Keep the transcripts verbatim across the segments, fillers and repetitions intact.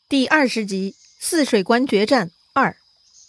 第二十集泗水关决战二。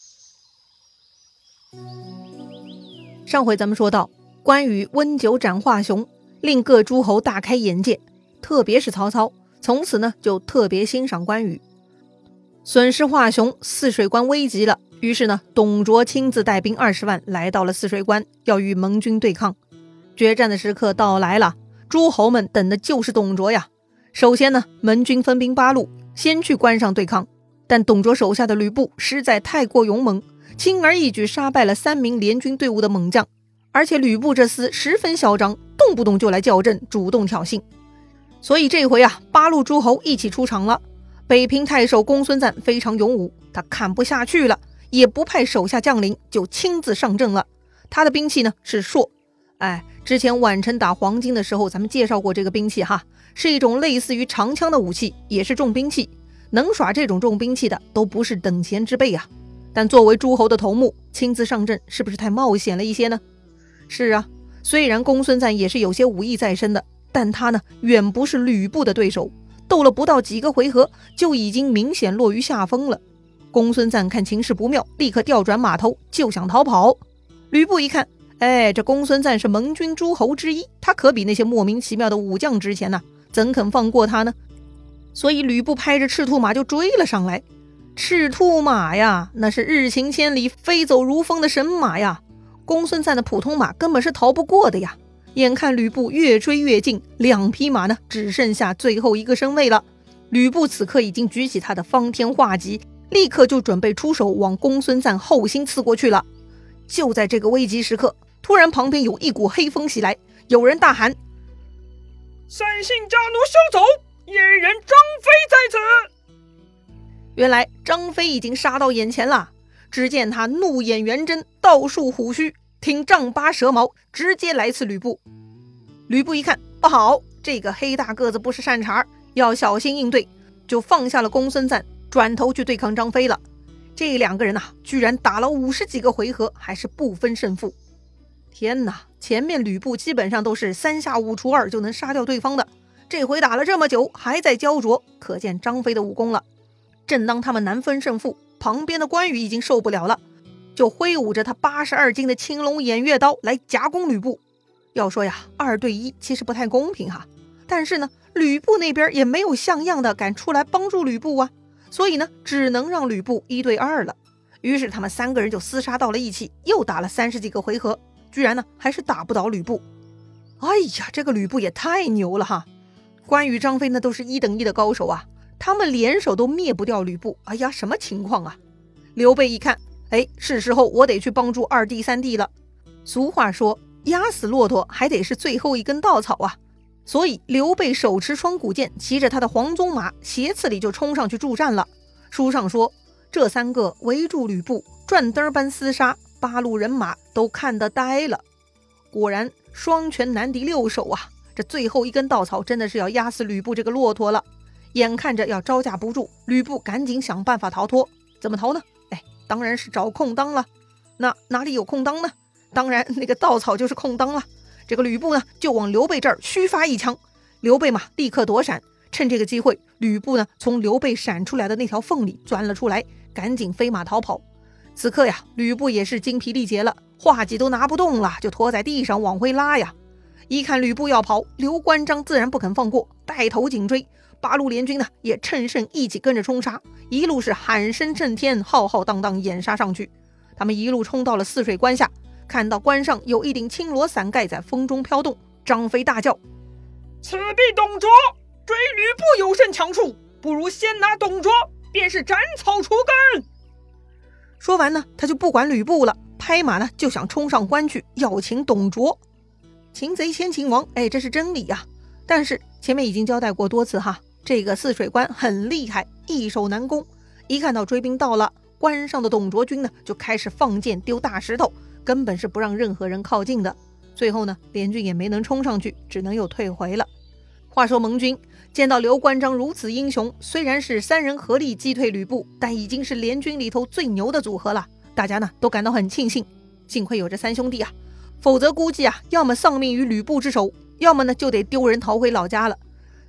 上回咱们说到，关羽温酒斩华雄，令各诸侯大开眼界，特别是曹操，从此呢就特别欣赏关羽。损失华雄，泗水关危急了，于是呢，董卓亲自带兵二十万来到了泗水关，要与盟军对抗。决战的时刻到来了，诸侯们等的就是董卓呀。首先呢，盟军分兵八路，先去关上对抗，但董卓手下的吕布实在太过勇猛，轻而易举杀败了三名联军队伍的猛将，而且吕布这厮十分嚣张，动不动就来叫阵，主动挑衅。所以这回啊，八路诸侯一起出场了。北平太守公孙瓒非常勇武，他看不下去了，也不派手下将领，就亲自上阵了。他的兵器呢是槊，哎，之前宛城打黄巾的时候咱们介绍过这个兵器哈，是一种类似于长枪的武器，也是重兵器，能耍这种重兵器的都不是等闲之辈啊。但作为诸侯的头目，亲自上阵是不是太冒险了一些呢？是啊，虽然公孙瓒也是有些武艺在身的，但他呢远不是吕布的对手，斗了不到几个回合就已经明显落于下风了。公孙瓒看情势不妙，立刻调转马头就想逃跑。吕布一看，哎，这公孙瓒是盟军诸侯之一，他可比那些莫名其妙的武将值钱呐、啊，怎肯放过他呢？所以吕布拍着赤兔马就追了上来。赤兔马呀，那是日行千里飞走如风的神马呀，公孙瓒的普通马根本是逃不过的呀。眼看吕布越追越近，两匹马呢只剩下最后一个身位了。吕布此刻已经举起他的方天画戟，立刻就准备出手往公孙瓒后心刺过去了。就在这个危急时刻，突然旁边有一股黑风袭来，有人大喊： 三姓家奴休走，野人张飞在此。 原来张飞已经杀到眼前了，只见他怒眼圆睁，倒竖虎须，挺丈八蛇矛，直接来刺吕布。吕布一看不好，这个黑大个子不是善茬，要小心应对，就放下了公孙瓒，转头去对抗张飞了。这两个人啊，居然打了五十几个回合，还是不分胜负。天哪，前面吕布基本上都是三下五除二就能杀掉对方的，这回打了这么久还在焦灼，可见张飞的武功了。正当他们难分胜负，旁边的关羽已经受不了了，就挥舞着他八十二斤的青龙偃月刀来夹攻吕布。要说呀，二对一其实不太公平哈，但是呢，吕布那边也没有像样的敢出来帮助吕布啊，所以呢，只能让吕布一对二了。于是他们三个人就厮杀到了一起，又打了三十几个回合，居然呢还是打不倒吕布。哎呀，这个吕布也太牛了哈！关羽、张飞呢都是一等一的高手啊，他们联手都灭不掉吕布。哎呀，什么情况啊？刘备一看，哎，是时候我得去帮助二弟三弟了。俗话说，压死骆驼还得是最后一根稻草啊。所以刘备手持双股剑，骑着他的黄鬃马，斜刺里就冲上去助战了。书上说，这三个围住吕布，转灯般厮杀，八路人马都看得呆了。果然双拳难敌六手啊，这最后一根稻草真的是要压死吕布这个骆驼了。眼看着要招架不住，吕布赶紧想办法逃脱。怎么逃呢？哎，当然是找空当了。那哪里有空当呢？当然那个稻草就是空当了。这个吕布呢就往刘备这儿虚发一枪，刘备嘛立刻躲闪，趁这个机会，吕布呢从刘备闪出来的那条缝里钻了出来，赶紧飞马逃跑。此刻呀，吕布也是精疲力竭了，画戟都拿不动了，就拖在地上往回拉呀。一看吕布要跑，刘关张自然不肯放过，带头紧追。八路联军呢也趁胜一起跟着冲杀，一路是喊声震天，浩浩荡荡掩杀上去。他们一路冲到了泗水关下，看到关上有一顶青罗伞盖在风中飘动，张飞大叫： 此地董卓，追吕布有甚强处，不如先拿董卓，便是斩草除根。 说完呢，他就不管吕布了，拍马呢就想冲上关去要擒董卓。擒贼先擒王，哎，这是真理呀、啊。但是前面已经交代过多次哈，这个泗水关很厉害，易守难攻。一看到追兵到了，关上的董卓军呢就开始放箭丢大石头，根本是不让任何人靠近的。最后呢，联军也没能冲上去，只能又退回了。话说盟军见到刘关张如此英雄，虽然是三人合力击退吕布，但已经是联军里头最牛的组合了，大家呢都感到很庆幸，幸亏有这三兄弟啊，否则估计啊，要么丧命于吕布之手，要么呢就得丢人逃回老家了。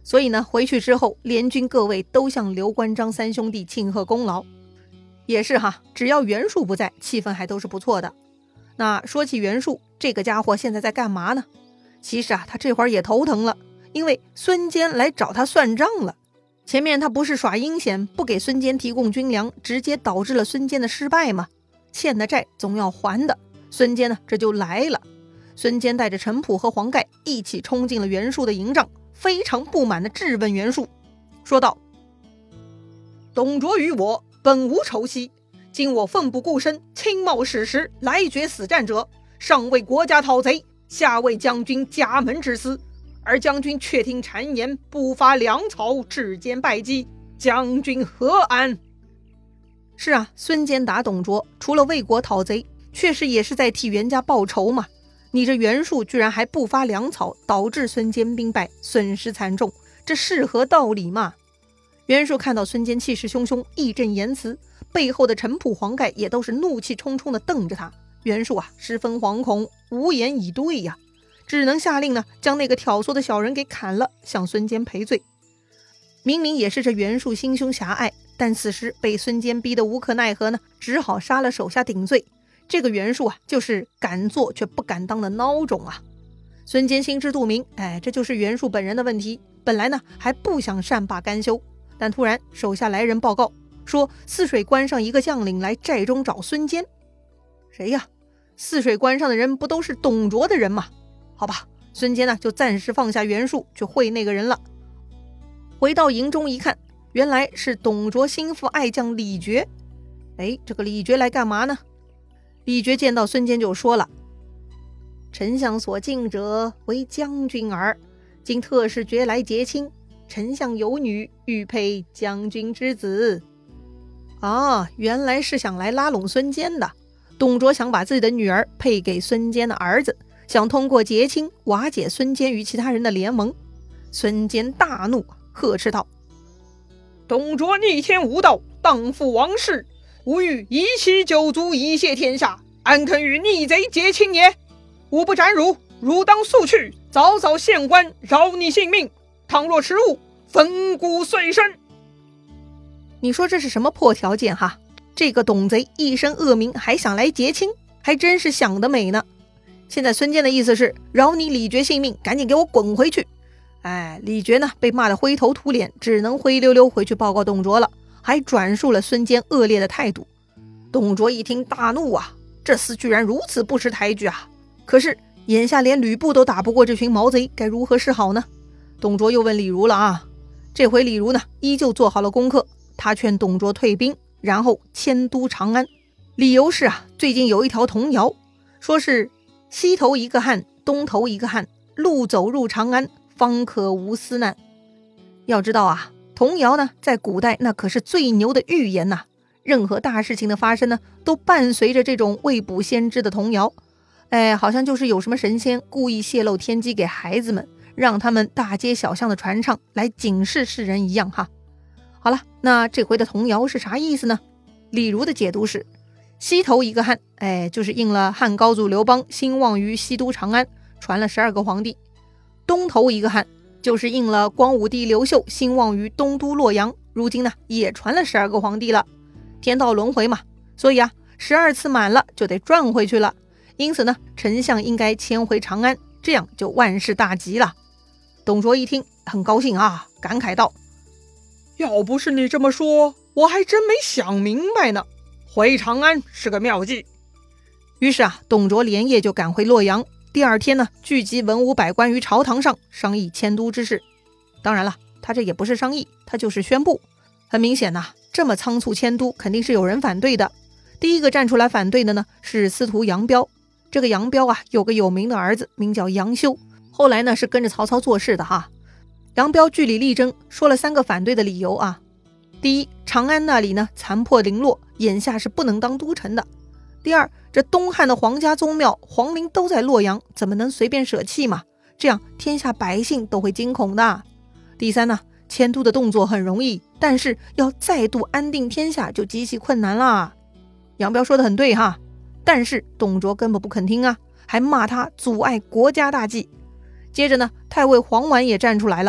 所以呢，回去之后，联军各位都向刘关张三兄弟庆贺功劳。也是哈，只要袁术不在，气氛还都是不错的。那说起袁术，这个家伙现在在干嘛呢？其实啊，他这会儿也头疼了，因为孙坚来找他算账了。前面他不是耍阴险，不给孙坚提供军粮，直接导致了孙坚的失败吗？欠的债总要还的，孙坚呢这就来了。孙坚带着陈普和黄盖一起冲进了袁术的营帐，非常不满地质问袁术，说道：董卓与我本无仇隙，今我奋不顾身，亲冒矢石来决死战者，上为国家讨贼，下为将军家门之私，而将军却听谗言，不发粮草，至坚败绩，将军何安？是啊，孙坚打董卓，除了为国讨贼，确实也是在替袁家报仇嘛。你这袁术居然还不发粮草，导致孙坚兵败，损失惨重，这是何道理嘛？袁术看到孙坚气势汹汹，义正言辞，背后的陈普、黄盖也都是怒气冲冲地瞪着他。袁术啊，十分惶恐，无言以对呀，只能下令呢，将那个挑唆的小人给砍了，向孙坚赔罪。明明也是这袁术心胸狭隘，但此时被孙坚逼得无可奈何呢，只好杀了手下顶罪。这个袁术啊，就是敢做却不敢当的孬种啊！孙坚心知肚明，哎，这就是袁术本人的问题。本来呢，还不想善罢甘休，但突然手下来人报告说，泗水关上一个将领来寨中找孙坚。谁呀？泗水关上的人不都是董卓的人吗？好吧，孙坚呢就暂时放下袁术，去会那个人了。回到营中一看，原来是董卓心腹爱将李傕。哎，这个李傕来干嘛呢？李傕见到孙坚就说了：丞相所敬者为将军耳，今特使傕来结亲，丞相有女，欲配将军之子。啊，原来是想来拉拢孙坚的。董卓想把自己的女儿配给孙坚的儿子，想通过结亲瓦解孙坚与其他人的联盟。孙坚大怒，呵斥道： 董卓逆天无道，荡妇王室，吾欲以其九族，以谢天下，安肯与逆贼结亲也？吾不斩汝，汝当速去，早早献官，饶你性命。倘若迟误，粉骨碎身。 你说这是什么破条件哈？这个董贼一身恶名，还想来结亲，还真是想得美呢。现在孙坚的意思是饶你李傕性命，赶紧给我滚回去。哎，李傕呢被骂得灰头土脸，只能灰溜溜回去报告董卓了，还转述了孙坚恶劣的态度。董卓一听大怒啊，这厮居然如此不识抬举啊！可是眼下连吕布都打不过这群毛贼，该如何是好呢？董卓又问李儒了啊，这回李儒呢依旧做好了功课，他劝董卓退兵，然后迁都长安。理由是啊，最近有一条童谣，说是西头一个汉，东头一个汉，路走入长安，方可无私难。要知道啊，童谣呢在古代那可是最牛的预言呐、啊，任何大事情的发生呢都伴随着这种未卜先知的童谣。哎，好像就是有什么神仙故意泄露天机给孩子们，让他们大街小巷的传唱，来警示世人一样哈。好了，那这回的童谣是啥意思呢？李儒的解读是，西头一个汉，哎，就是应了汉高祖刘邦兴旺于西都长安，传了十二个皇帝。东头一个汉，就是应了光武帝刘秀兴旺于东都洛阳，如今呢也传了十二个皇帝了。天道轮回嘛，所以啊，十二次满了就得转回去了。因此呢，丞相应该迁回长安，这样就万事大吉了。董卓一听很高兴啊，感慨道： 要不是你这么说，我还真没想明白呢。回长安是个妙计。 于是啊，董卓连夜就赶回洛阳。第二天呢，聚集文武百官于朝堂上，商议迁都之事。当然了，他这也不是商议，他就是宣布。很明显呐、啊，这么仓促迁都，肯定是有人反对的。第一个站出来反对的呢，是司徒杨彪。这个杨彪啊，有个有名的儿子，名叫杨修，后来呢是跟着曹操做事的哈。杨彪据理力争，说了三个反对的理由啊。第一，长安那里呢残破零落，眼下是不能当都城的。第二，这东汉的皇家宗庙皇陵都在洛阳，怎么能随便舍弃嘛？这样天下百姓都会惊恐的。第三呢，迁都的动作很容易，但是要再度安定天下就极其困难啦。杨彪说的很对哈，但是董卓根本不肯听啊，还骂他阻碍国家大计。接着呢，太尉黄绾也站出来了，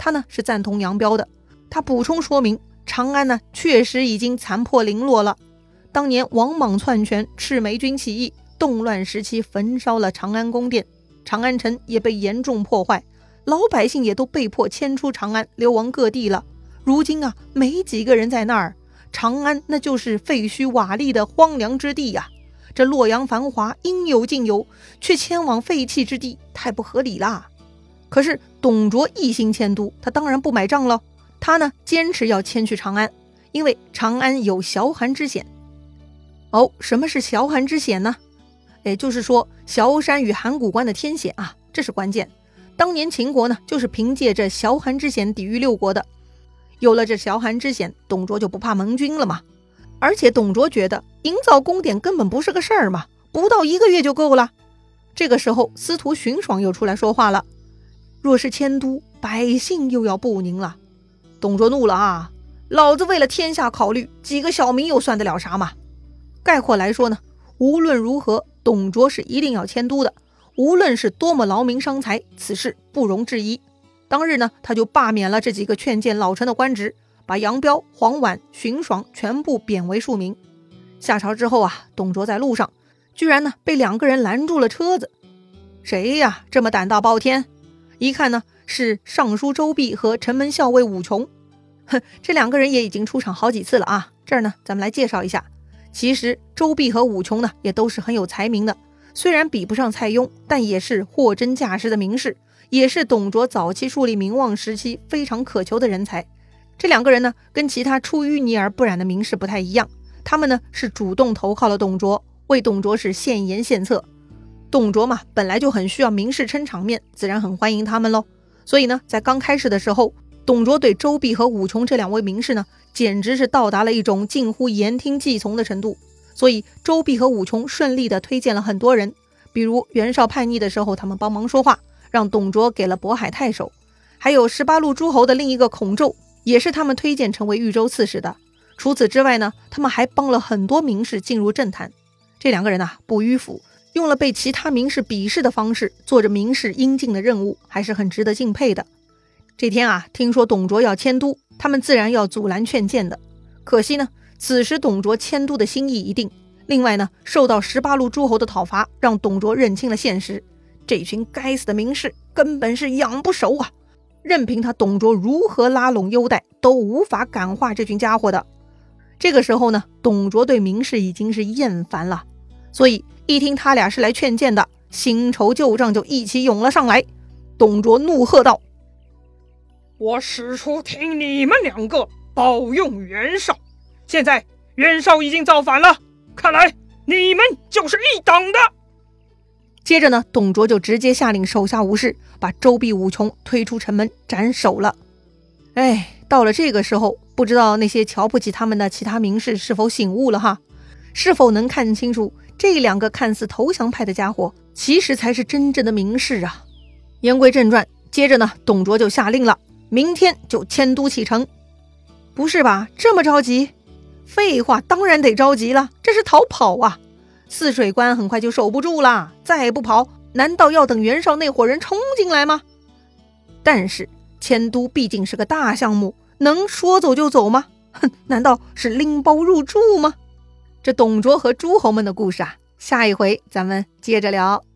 他呢是赞同杨彪的。他补充说明，长安呢确实已经残破零落了。当年王莽篡权，赤眉军起义，动乱时期焚烧了长安宫殿，长安城也被严重破坏，老百姓也都被迫迁出长安，流亡各地了。如今啊，没几个人在那儿，长安那就是废墟瓦砾的荒凉之地呀、啊。这洛阳繁华应有尽有，却迁往废弃之地，太不合理啦。可是董卓一心迁都，他当然不买账了。他呢，坚持要迁去长安，因为长安有崤函之险。哦，什么是崤函之险呢？也就是说，崤山与函谷关的天险啊，这是关键。当年秦国呢，就是凭借着崤函之险抵御六国的。有了这崤函之险，董卓就不怕盟军了嘛。而且董卓觉得营造宫殿根本不是个事儿嘛，不到一个月就够了。这个时候司徒荀爽又出来说话了，若是迁都，百姓又要不宁了。董卓怒了啊，老子为了天下考虑，几个小民又算得了啥嘛？概括来说呢，无论如何董卓是一定要迁都的，无论是多么劳民伤财，此事不容置疑。当日呢，他就罢免了这几个劝谏老臣的官职，把杨彪、黄绾、荀爽全部贬为庶民。下朝之后啊，董卓在路上居然呢被两个人拦住了车子。谁呀，这么胆大包天？一看呢是尚书周弼和城门校尉武琼。哼，这两个人也已经出场好几次了啊。这儿呢咱们来介绍一下，其实周弼和武琼呢也都是很有才名的，虽然比不上蔡邕，但也是货真价实的名士，也是董卓早期树立名望时期非常渴求的人才。这两个人呢跟其他出淤泥而不染的名士不太一样，他们呢是主动投靠了董卓，为董卓是献言献策。董卓嘛本来就很需要名士撑场面，自然很欢迎他们咯。所以呢在刚开始的时候，董卓对周弼和武琼这两位名士呢简直是到达了一种近乎言听计从的程度。所以周弼和武琼顺利的推荐了很多人，比如袁绍叛逆的时候他们帮忙说话，让董卓给了渤海太守。还有十八路诸侯的另一个孔宙，也是他们推荐成为豫州刺史的。除此之外呢，他们还帮了很多名士进入政坛。这两个人啊不迂腐，用了被其他名士鄙视的方式，做着名士应尽的任务，还是很值得敬佩的。这天啊，听说董卓要迁都，他们自然要阻拦劝谏的。可惜呢，此时董卓迁都的心意已定，另外呢，受到十八路诸侯的讨伐，让董卓认清了现实，这群该死的名士根本是养不熟啊！任凭他董卓如何拉拢优待，都无法感化这群家伙的。这个时候呢，董卓对名士已经是厌烦了，所以一听他俩是来劝谏的，新仇旧账就一起涌了上来。董卓怒喝道： 我使出听你们两个保用袁绍，现在袁绍已经造反了，看来你们就是一党的。 接着呢，董卓就直接下令手下无事，把周弼、武琼推出城门斩首了。哎，到了这个时候，不知道那些瞧不起他们的其他名士是否醒悟了哈？是否能看清楚这两个看似投降派的家伙，其实才是真正的名士啊？言归正传，接着呢，董卓就下令了，明天就迁都启程。不是吧？这么着急？废话，当然得着急了，这是逃跑啊！泗水关很快就守不住啦，再不跑，难道要等袁绍那伙人冲进来吗？但是迁都毕竟是个大项目，能说走就走吗？哼，难道是拎包入住吗？这董卓和诸侯们的故事啊，下一回咱们接着聊。